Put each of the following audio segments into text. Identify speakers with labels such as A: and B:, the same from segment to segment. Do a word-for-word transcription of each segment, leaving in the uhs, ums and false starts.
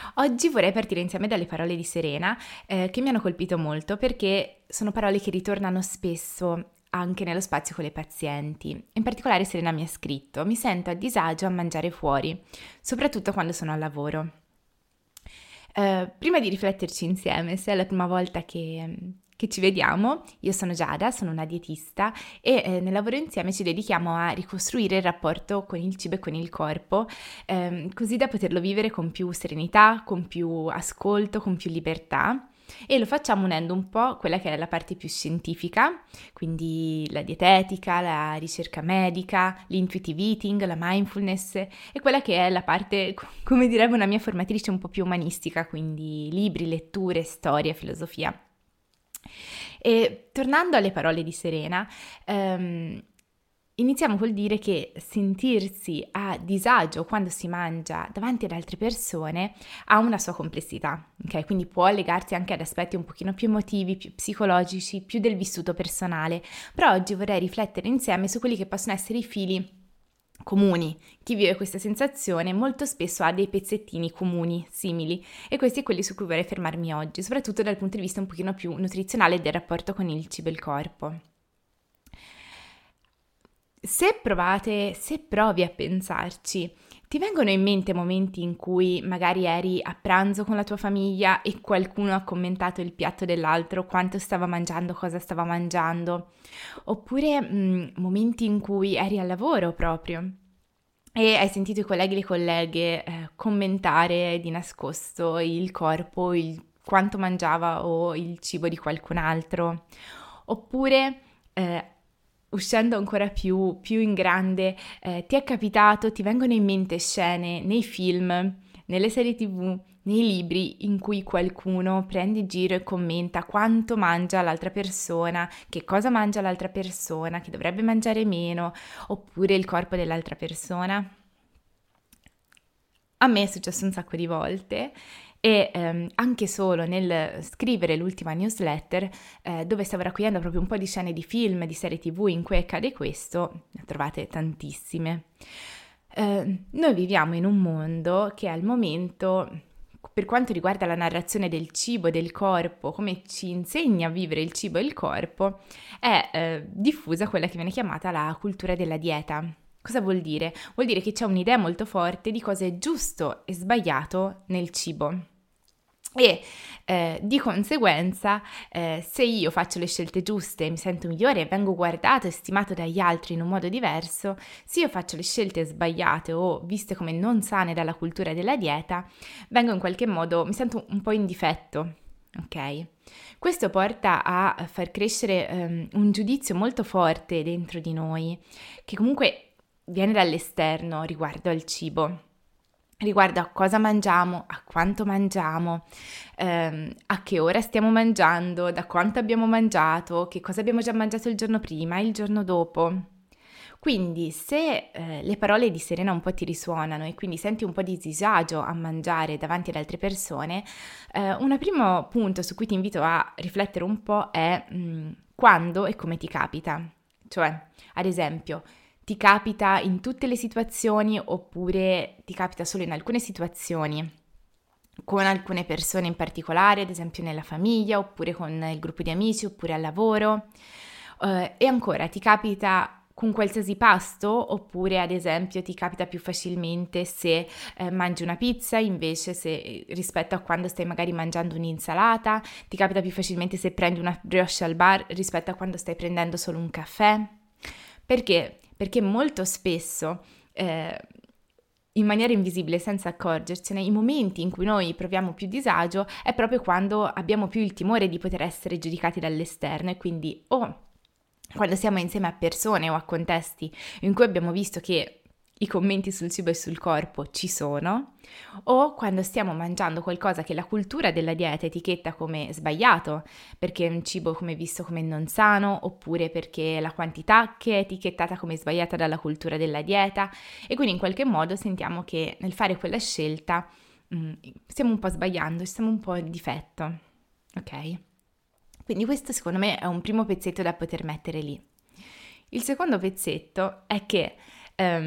A: Oggi vorrei partire insieme dalle parole di Serena, eh, che mi hanno colpito molto perché sono parole che ritornano spesso anche nello spazio con le pazienti. In particolare Serena mi ha scritto: mi sento a disagio a mangiare fuori, soprattutto quando sono al lavoro. Eh, prima di rifletterci insieme, se è la prima volta che, che ci vediamo, io sono Giada, sono una dietista e eh, nel lavoro insieme ci dedichiamo a ricostruire il rapporto con il cibo e con il corpo, ehm, così da poterlo vivere con più serenità, con più ascolto, con più libertà. E lo facciamo unendo un po' quella che è la parte più scientifica, quindi la dietetica, la ricerca medica, l'intuitive eating, la mindfulness, e quella che è la parte, come direbbe una mia formatrice, un po' più umanistica, quindi libri, letture, storia, filosofia. E tornando alle parole di Serena, ehm, iniziamo col dire che sentirsi a disagio quando si mangia davanti ad altre persone ha una sua complessità, ok? Quindi può legarsi anche ad aspetti un pochino più emotivi, più psicologici, più del vissuto personale. Però oggi vorrei riflettere insieme su quelli che possono essere i fili comuni. Chi vive questa sensazione molto spesso ha dei pezzettini comuni, simili, e questi sono quelli su cui vorrei fermarmi oggi, soprattutto dal punto di vista un pochino più nutrizionale del rapporto con il cibo e il corpo. Se provate, se provi a pensarci, ti vengono in mente momenti in cui magari eri a pranzo con la tua famiglia e qualcuno ha commentato il piatto dell'altro, quanto stava mangiando, cosa stava mangiando? Oppure mh, momenti in cui eri al lavoro proprio e hai sentito i colleghi e le colleghe eh, commentare di nascosto il corpo, il quanto mangiava o il cibo di qualcun altro? Oppure eh, uscendo ancora più, più in grande, eh, ti è capitato, ti vengono in mente scene nei film, nelle serie tv, nei libri in cui qualcuno prende in giro e commenta quanto mangia l'altra persona, che cosa mangia l'altra persona, che dovrebbe mangiare meno, oppure il corpo dell'altra persona? A me è successo un sacco di volte e ehm, anche solo nel scrivere l'ultima newsletter, eh, dove stavo raccogliendo proprio un po' di scene di film, di serie tv in cui accade questo, ne trovate tantissime. Eh, noi viviamo in un mondo che al momento, per quanto riguarda la narrazione del cibo, del corpo, come ci insegna a vivere il cibo e il corpo, è eh, diffusa quella che viene chiamata la cultura della dieta. Cosa vuol dire? Vuol dire che c'è un'idea molto forte di cosa è giusto e sbagliato nel cibo. E eh, di conseguenza, eh, se io faccio le scelte giuste, mi sento migliore e vengo guardato e stimato dagli altri in un modo diverso, se io faccio le scelte sbagliate o viste come non sane dalla cultura della dieta, vengo in qualche modo, mi sento un po' in difetto, ok? Questo porta a far crescere um, un giudizio molto forte dentro di noi, che comunque viene dall'esterno riguardo al cibo, riguardo a cosa mangiamo, a quanto mangiamo, ehm, a che ora stiamo mangiando, da quanto abbiamo mangiato, che cosa abbiamo già mangiato il giorno prima, il giorno dopo. Quindi se eh, le parole di Serena un po' ti risuonano e quindi senti un po' di disagio a mangiare davanti ad altre persone, eh, un primo punto su cui ti invito a riflettere un po' è mh, quando e come ti capita. Cioè, ad esempio, ti capita in tutte le situazioni oppure ti capita solo in alcune situazioni, con alcune persone in particolare, ad esempio nella famiglia, oppure con il gruppo di amici, oppure al lavoro? Uh, e ancora, ti capita con qualsiasi pasto oppure ad esempio ti capita più facilmente se eh, mangi una pizza invece se rispetto a quando stai magari mangiando un'insalata, ti capita più facilmente se prendi una brioche al bar rispetto a quando stai prendendo solo un caffè? Perché? Perché molto spesso eh, in maniera invisibile, senza accorgercene, i momenti in cui noi proviamo più disagio è proprio quando abbiamo più il timore di poter essere giudicati dall'esterno e quindi o quando siamo insieme a persone o a contesti in cui abbiamo visto che i commenti sul cibo e sul corpo ci sono, o quando stiamo mangiando qualcosa che la cultura della dieta etichetta come sbagliato, perché è un cibo come visto come non sano, oppure perché la quantità che è etichettata come sbagliata dalla cultura della dieta, e quindi in qualche modo sentiamo che nel fare quella scelta mh, stiamo un po' sbagliando, stiamo un po' in difetto, ok? Quindi questo secondo me è un primo pezzetto da poter mettere lì. Il secondo pezzetto è che um,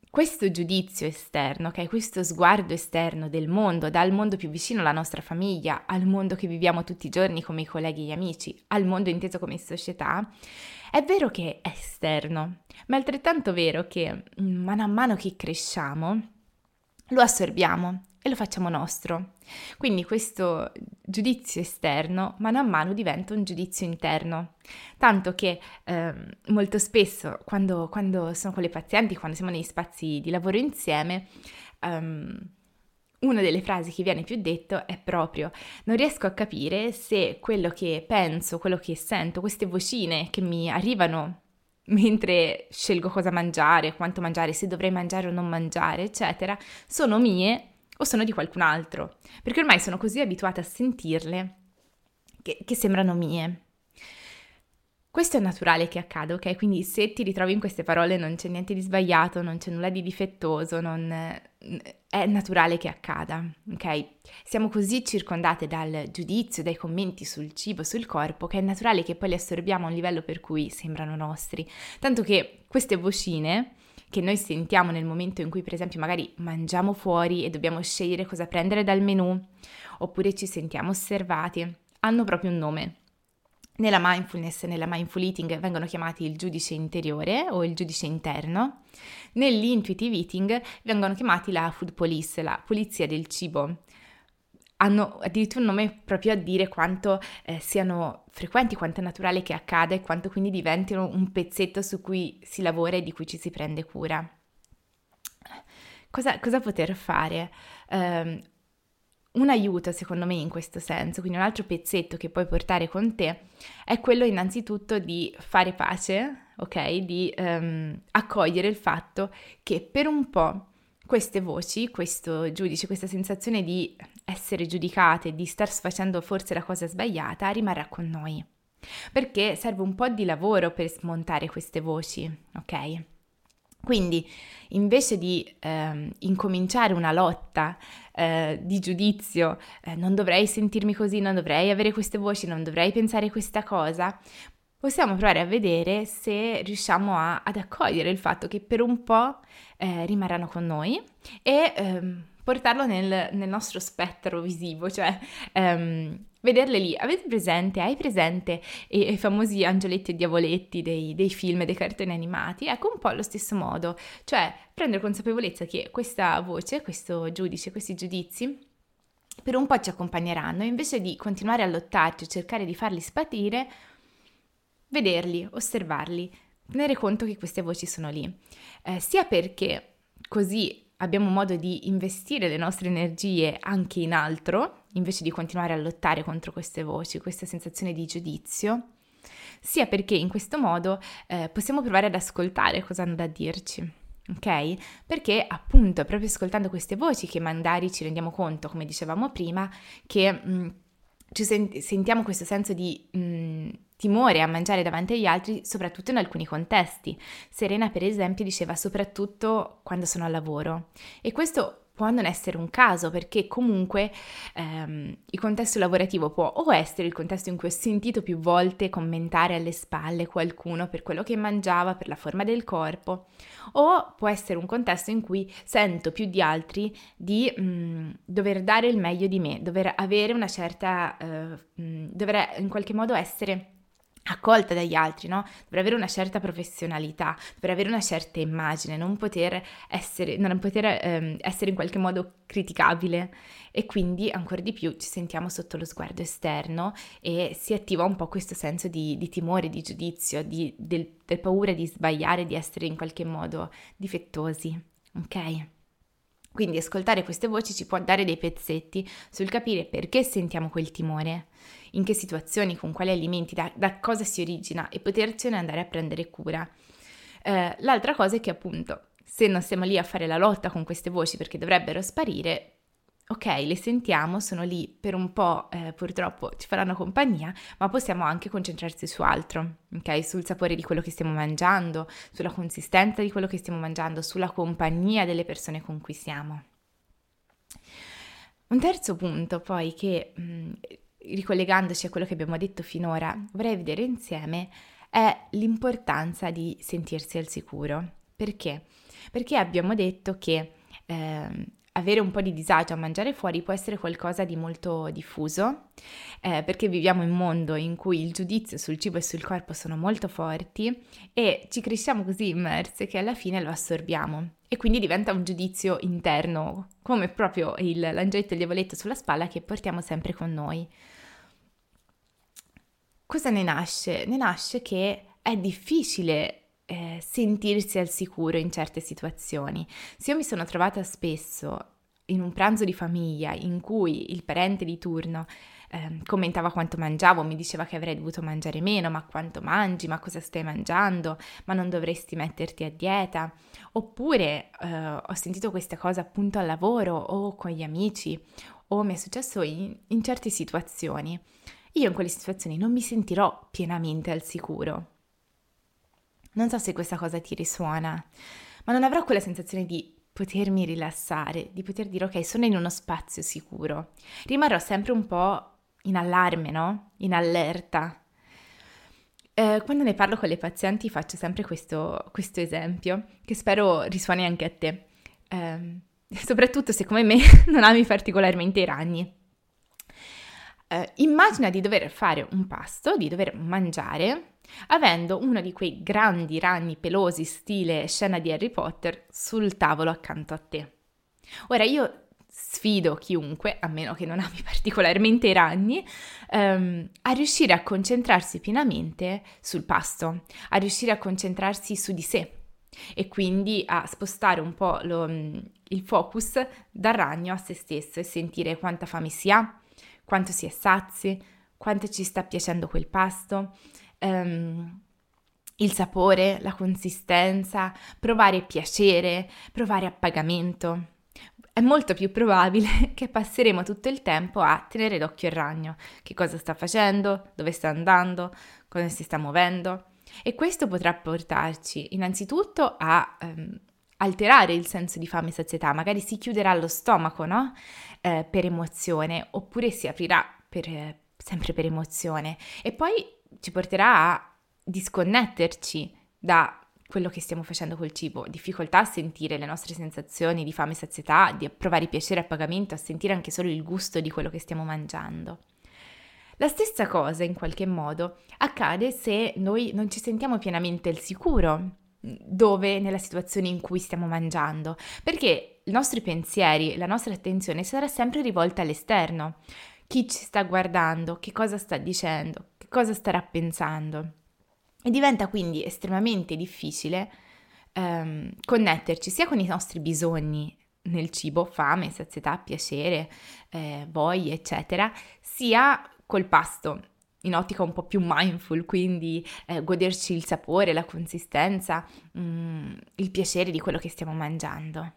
A: questo giudizio esterno, ok? Questo sguardo esterno del mondo, dal mondo più vicino alla nostra famiglia, al mondo che viviamo tutti i giorni come i colleghi e gli amici, al mondo inteso come società, è vero che è esterno, ma è altrettanto vero che mm, mano a mano che cresciamo lo assorbiamo e lo facciamo nostro. Quindi questo giudizio esterno mano a mano diventa un giudizio interno, tanto che eh, molto spesso quando, quando sono con le pazienti, quando siamo negli spazi di lavoro insieme, um, una delle frasi che viene più detto è proprio: non riesco a capire se quello che penso, quello che sento, queste vocine che mi arrivano mentre scelgo cosa mangiare, quanto mangiare, se dovrei mangiare o non mangiare, eccetera, sono mie o sono di qualcun altro, perché ormai sono così abituata a sentirle che, che sembrano mie. Questo è naturale che accada, ok? Quindi se ti ritrovi in queste parole non c'è niente di sbagliato, non c'è nulla di difettoso, non... è naturale che accada, ok? Siamo così circondate dal giudizio, dai commenti sul cibo, sul corpo, che è naturale che poi li assorbiamo a un livello per cui sembrano nostri. Tanto che queste vocine che noi sentiamo nel momento in cui, per esempio, magari mangiamo fuori e dobbiamo scegliere cosa prendere dal menù, oppure ci sentiamo osservati, hanno proprio un nome. Nella mindfulness e nella mindful eating vengono chiamati il giudice interiore o il giudice interno. Nell'intuitive eating vengono chiamati la food police, la polizia del cibo. Hanno addirittura un nome proprio a dire quanto eh, siano frequenti, quanto è naturale che accada e quanto quindi diventino un pezzetto su cui si lavora e di cui ci si prende cura. Cosa, cosa poter fare? Um, Un aiuto, secondo me, in questo senso, quindi un altro pezzetto che puoi portare con te, è quello innanzitutto di fare pace, ok? Di um, accogliere il fatto che per un po' queste voci, questo giudice, questa sensazione di essere giudicate, di star facendo forse la cosa sbagliata, rimarrà con noi. Perché serve un po' di lavoro per smontare queste voci, ok? Quindi invece di eh, incominciare una lotta eh, di giudizio, eh, non dovrei sentirmi così, non dovrei avere queste voci, non dovrei pensare questa cosa, possiamo provare a vedere se riusciamo a, ad accogliere il fatto che per un po' eh, rimarranno con noi e ehm, portarlo nel, nel nostro spettro visivo, cioè ehm, vederle lì. Avete presente, hai presente i, i famosi angioletti e diavoletti dei, dei film, dei cartoni animati? Ecco, un po' allo stesso modo, cioè prendere consapevolezza che questa voce, questo giudice, questi giudizi per un po' ci accompagneranno e invece di continuare a lottarci o cercare di farli sparire, vederli, osservarli, tenere conto che queste voci sono lì, eh, sia perché così abbiamo modo di investire le nostre energie anche in altro, invece di continuare a lottare contro queste voci, questa sensazione di giudizio, sia perché in questo modo eh, possiamo provare ad ascoltare cosa hanno da dirci, ok? Perché appunto è proprio ascoltando queste voci che magari ci rendiamo conto, come dicevamo prima, che mh, ci sen- sentiamo questo senso di mh, timore a mangiare davanti agli altri, soprattutto in alcuni contesti. Serena, per esempio, diceva soprattutto quando sono al lavoro. E questo può non essere un caso, perché comunque ehm, il contesto lavorativo può o essere il contesto in cui ho sentito più volte commentare alle spalle qualcuno per quello che mangiava, per la forma del corpo, o può essere un contesto in cui sento più di altri di mh, dover dare il meglio di me, dover avere una certa, uh, mh, dover in qualche modo essere accolta dagli altri, no? Dover avere una certa professionalità, dover avere una certa immagine, non poter essere, non poter ehm, essere in qualche modo criticabile e quindi ancora di più ci sentiamo sotto lo sguardo esterno e si attiva un po' questo senso di, di timore, di giudizio, di, del, del paura di sbagliare, di essere in qualche modo difettosi, ok? Quindi ascoltare queste voci ci può dare dei pezzetti sul capire perché sentiamo quel timore, in che situazioni, con quali alimenti, da, da cosa si origina e potercene andare a prendere cura. Eh, l'altra cosa è che appunto, se non stiamo lì a fare la lotta con queste voci perché dovrebbero sparire, ok, le sentiamo, sono lì per un po', eh, purtroppo ci faranno compagnia, ma possiamo anche concentrarsi su altro, ok? Sul sapore di quello che stiamo mangiando, sulla consistenza di quello che stiamo mangiando, sulla compagnia delle persone con cui siamo. Un terzo punto poi che, mh, ricollegandoci a quello che abbiamo detto finora, vorrei vedere insieme è l'importanza di sentirsi al sicuro. Perché? perché abbiamo detto che eh, avere un po' di disagio a mangiare fuori può essere qualcosa di molto diffuso, eh, perché viviamo in un mondo in cui il giudizio sul cibo e sul corpo sono molto forti e ci cresciamo così immerse che alla fine lo assorbiamo e quindi diventa un giudizio interno, come proprio il l'angioletto e il diavoletto sulla spalla che portiamo sempre con noi. Cosa ne nasce? Ne nasce che è difficile eh, sentirsi al sicuro in certe situazioni. Se io mi sono trovata spesso in un pranzo di famiglia in cui il parente di turno eh, commentava quanto mangiavo, mi diceva che avrei dovuto mangiare meno, ma quanto mangi, ma cosa stai mangiando, ma non dovresti metterti a dieta, oppure eh, ho sentito questa cosa appunto al lavoro o con gli amici, o mi è successo in, in certe situazioni. Io in quelle situazioni non mi sentirò pienamente al sicuro. Non so se questa cosa ti risuona, ma non avrò quella sensazione di potermi rilassare, di poter dire ok, sono in uno spazio sicuro. Rimarrò sempre un po' in allarme, no? In allerta. Eh, quando ne parlo con le pazienti faccio sempre questo, questo esempio, che spero risuoni anche a te, eh, soprattutto se come me non ami particolarmente i ragni. Eh, immagina di dover fare un pasto, di dover mangiare, avendo uno di quei grandi ragni pelosi stile scena di Harry Potter sul tavolo accanto a te. Ora io sfido chiunque, a meno che non ami particolarmente i ragni, ehm, a riuscire a concentrarsi pienamente sul pasto, a riuscire a concentrarsi su di sé e quindi a spostare un po' lo, il focus dal ragno a se stesso e sentire quanta fame si ha, quanto si è sazi, quanto ci sta piacendo quel pasto, um, il sapore, la consistenza, provare piacere, provare appagamento. È molto più probabile che passeremo tutto il tempo a tenere d'occhio il ragno, che cosa sta facendo, dove sta andando, come si sta muovendo. E questo potrà portarci innanzitutto a um, alterare il senso di fame e sazietà, magari si chiuderà lo stomaco, no? Eh, per emozione, oppure si aprirà per, eh, sempre per emozione e poi ci porterà a disconnetterci da quello che stiamo facendo col cibo, difficoltà a sentire le nostre sensazioni di fame e sazietà, di provare piacere e appagamento, a sentire anche solo il gusto di quello che stiamo mangiando. La stessa cosa, in qualche modo, accade se noi non ci sentiamo pienamente al sicuro dove nella situazione in cui stiamo mangiando, perché i nostri pensieri, la nostra attenzione sarà sempre rivolta all'esterno. Chi ci sta guardando, che cosa sta dicendo, che cosa starà pensando. E diventa quindi estremamente difficile ehm, connetterci sia con i nostri bisogni nel cibo, fame, sazietà, piacere, eh, voglie, eccetera, sia col pasto, in ottica un po' più mindful, quindi eh, goderci il sapore, la consistenza, mm, il piacere di quello che stiamo mangiando.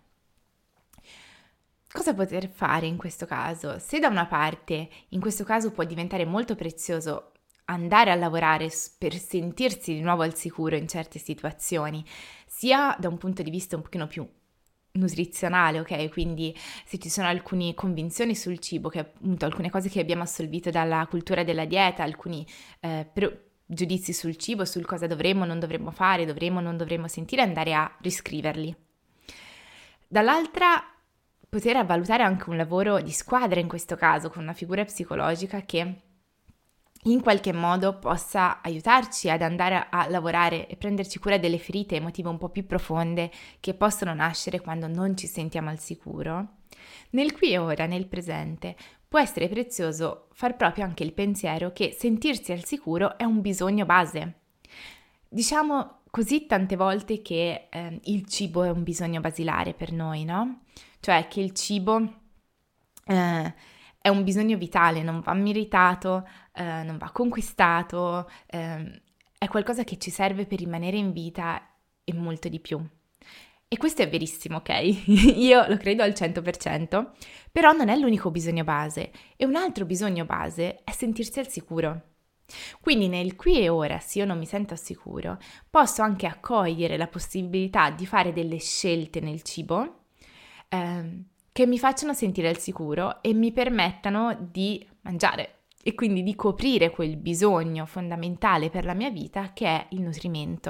A: Cosa poter fare in questo caso? Se da una parte, in questo caso può diventare molto prezioso andare a lavorare per sentirsi di nuovo al sicuro in certe situazioni, sia da un punto di vista un pochino più nutrizionale, ok? Quindi se ci sono alcune convinzioni sul cibo, che appunto alcune cose che abbiamo assorbito dalla cultura della dieta, alcuni eh, pre- giudizi sul cibo, sul cosa dovremmo, non dovremmo fare, dovremmo, non dovremmo sentire, andare a riscriverli. Dall'altra, poter valutare anche un lavoro di squadra in questo caso, con una figura psicologica che in qualche modo possa aiutarci ad andare a lavorare e prenderci cura delle ferite emotive un po' più profonde che possono nascere quando non ci sentiamo al sicuro. Nel qui e ora, nel presente, può essere prezioso far proprio anche il pensiero che sentirsi al sicuro è un bisogno base. Diciamo così tante volte che eh, il cibo è un bisogno basilare per noi, no? Cioè che il cibo eh, è un bisogno vitale, non va meritato, eh, non va conquistato, eh, è qualcosa che ci serve per rimanere in vita e molto di più. E questo è verissimo, ok? Io lo credo al cento per cento, però non è l'unico bisogno base. E un altro bisogno base è sentirsi al sicuro. Quindi nel qui e ora, se io non mi sento al sicuro, posso anche accogliere la possibilità di fare delle scelte nel cibo, ehm, che mi facciano sentire al sicuro e mi permettano di mangiare e quindi di coprire quel bisogno fondamentale per la mia vita che è il nutrimento.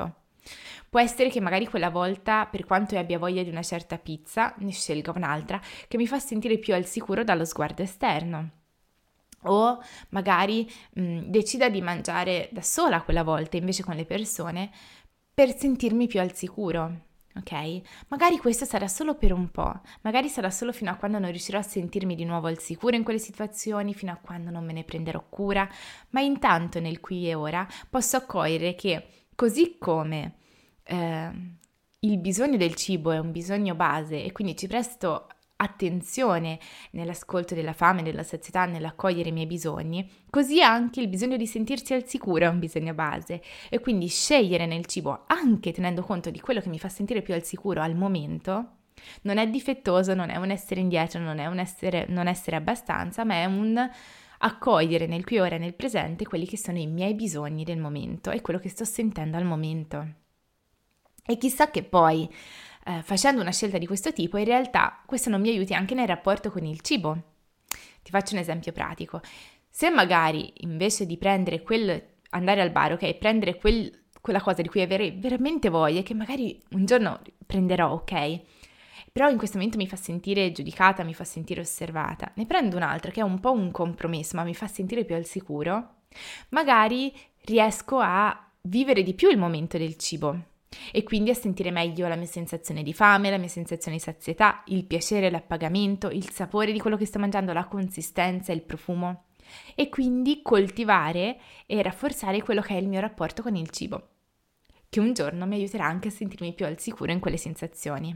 A: Può essere che magari quella volta, per quanto io abbia voglia di una certa pizza, ne scelga un'altra che mi fa sentire più al sicuro dallo sguardo esterno. O magari mh, decida di mangiare da sola quella volta, invece con le persone, per sentirmi più al sicuro. Ok? Magari questo sarà solo per un po', magari sarà solo fino a quando non riuscirò a sentirmi di nuovo al sicuro in quelle situazioni, fino a quando non me ne prenderò cura, ma intanto nel qui e ora posso accogliere che così come eh, il bisogno del cibo è un bisogno base e quindi ci presto attenzione nell'ascolto della fame, della sazietà, nell'accogliere i miei bisogni, così anche il bisogno di sentirsi al sicuro è un bisogno base e quindi scegliere nel cibo, anche tenendo conto di quello che mi fa sentire più al sicuro al momento, non è difettoso, non è un essere indietro, non è un essere, non essere abbastanza, ma è un accogliere nel qui e ora e nel presente quelli che sono i miei bisogni del momento e quello che sto sentendo al momento. E chissà che poi Eh, facendo una scelta di questo tipo, in realtà questo non mi aiuti anche nel rapporto con il cibo. Ti faccio un esempio pratico. Se magari invece di prendere quel, andare al bar, ok, prendere quel, quella cosa di cui avrei veramente voglia, che magari un giorno prenderò, ok, però in questo momento mi fa sentire giudicata, mi fa sentire osservata, ne prendo un'altra che è un po' un compromesso, ma mi fa sentire più al sicuro, magari riesco a vivere di più il momento del cibo. E quindi a sentire meglio la mia sensazione di fame, la mia sensazione di sazietà, il piacere, l'appagamento, il sapore di quello che sto mangiando, la consistenza, il profumo. E quindi coltivare e rafforzare quello che è il mio rapporto con il cibo, che un giorno mi aiuterà anche a sentirmi più al sicuro in quelle sensazioni.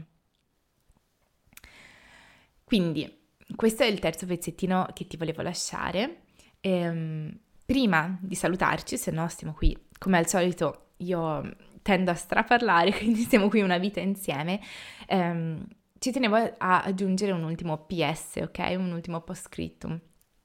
A: Quindi questo è il terzo pezzettino che ti volevo lasciare. Ehm, prima di salutarci, se no stiamo qui, come al solito io tendo a straparlare, quindi stiamo qui una vita insieme, ehm, ci tenevo a aggiungere un ultimo P S, ok? Un ultimo post-scriptum.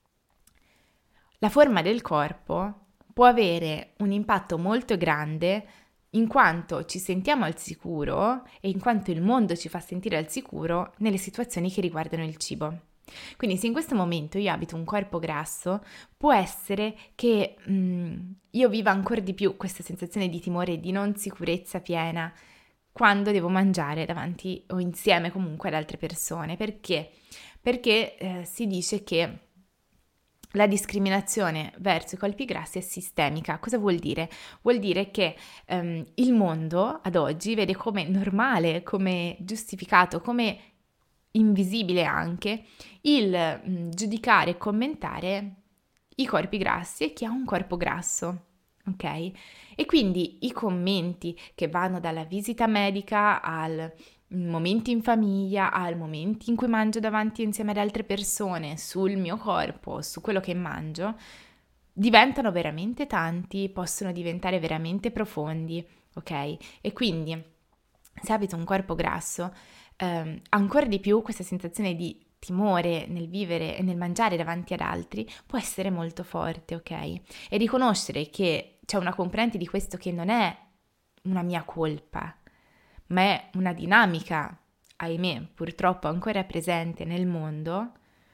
A: La forma del corpo può avere un impatto molto grande in quanto ci sentiamo al sicuro e in quanto il mondo ci fa sentire al sicuro nelle situazioni che riguardano il cibo. Quindi se in questo momento io abito un corpo grasso, può essere che mh, io viva ancora di più questa sensazione di timore e di non sicurezza piena quando devo mangiare davanti o insieme comunque ad altre persone. Perché? Perché eh, si dice che la discriminazione verso i corpi grassi è sistemica. Cosa vuol dire? Vuol dire che um, il mondo ad oggi vede come normale, come giustificato, come invisibile anche il mh, giudicare e commentare i corpi grassi e chi ha un corpo grasso, ok? E quindi i commenti che vanno dalla visita medica al momenti in famiglia, al momento in cui mangio davanti insieme ad altre persone sul mio corpo, su quello che mangio, diventano veramente tanti, possono diventare veramente profondi, ok? E quindi se abito un corpo grasso, ehm, ancora di più questa sensazione di timore nel vivere e nel mangiare davanti ad altri può essere molto forte, ok? E riconoscere che c'è una componente di questo che non è una mia colpa, ma è una dinamica, ahimè, purtroppo ancora presente nel mondo,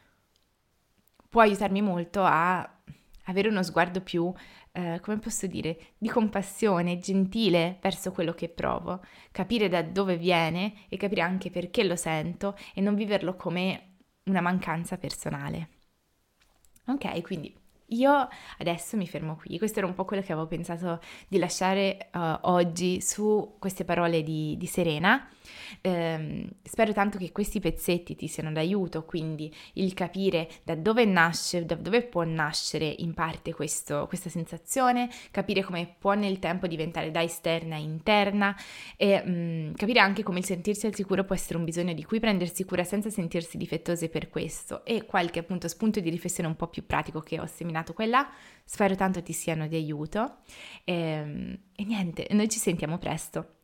A: può aiutarmi molto a avere uno sguardo più, eh, come posso dire, di compassione, gentile verso quello che provo, capire da dove viene e capire anche perché lo sento e non viverlo come una mancanza personale. Ok, quindi io adesso mi fermo qui. Questo era un po' quello che avevo pensato di lasciare uh, oggi su queste parole di, di Serena. Um, spero tanto che questi pezzetti ti siano d'aiuto, quindi il capire da dove nasce, da dove può nascere in parte questo, questa sensazione, capire come può nel tempo diventare da esterna a interna e um, capire anche come il sentirsi al sicuro può essere un bisogno di cui prendersi cura senza sentirsi difettose per questo, e qualche appunto spunto di riflessione un po' più pratico che ho seminato quella, spero tanto ti siano di aiuto e, e niente, noi ci sentiamo presto.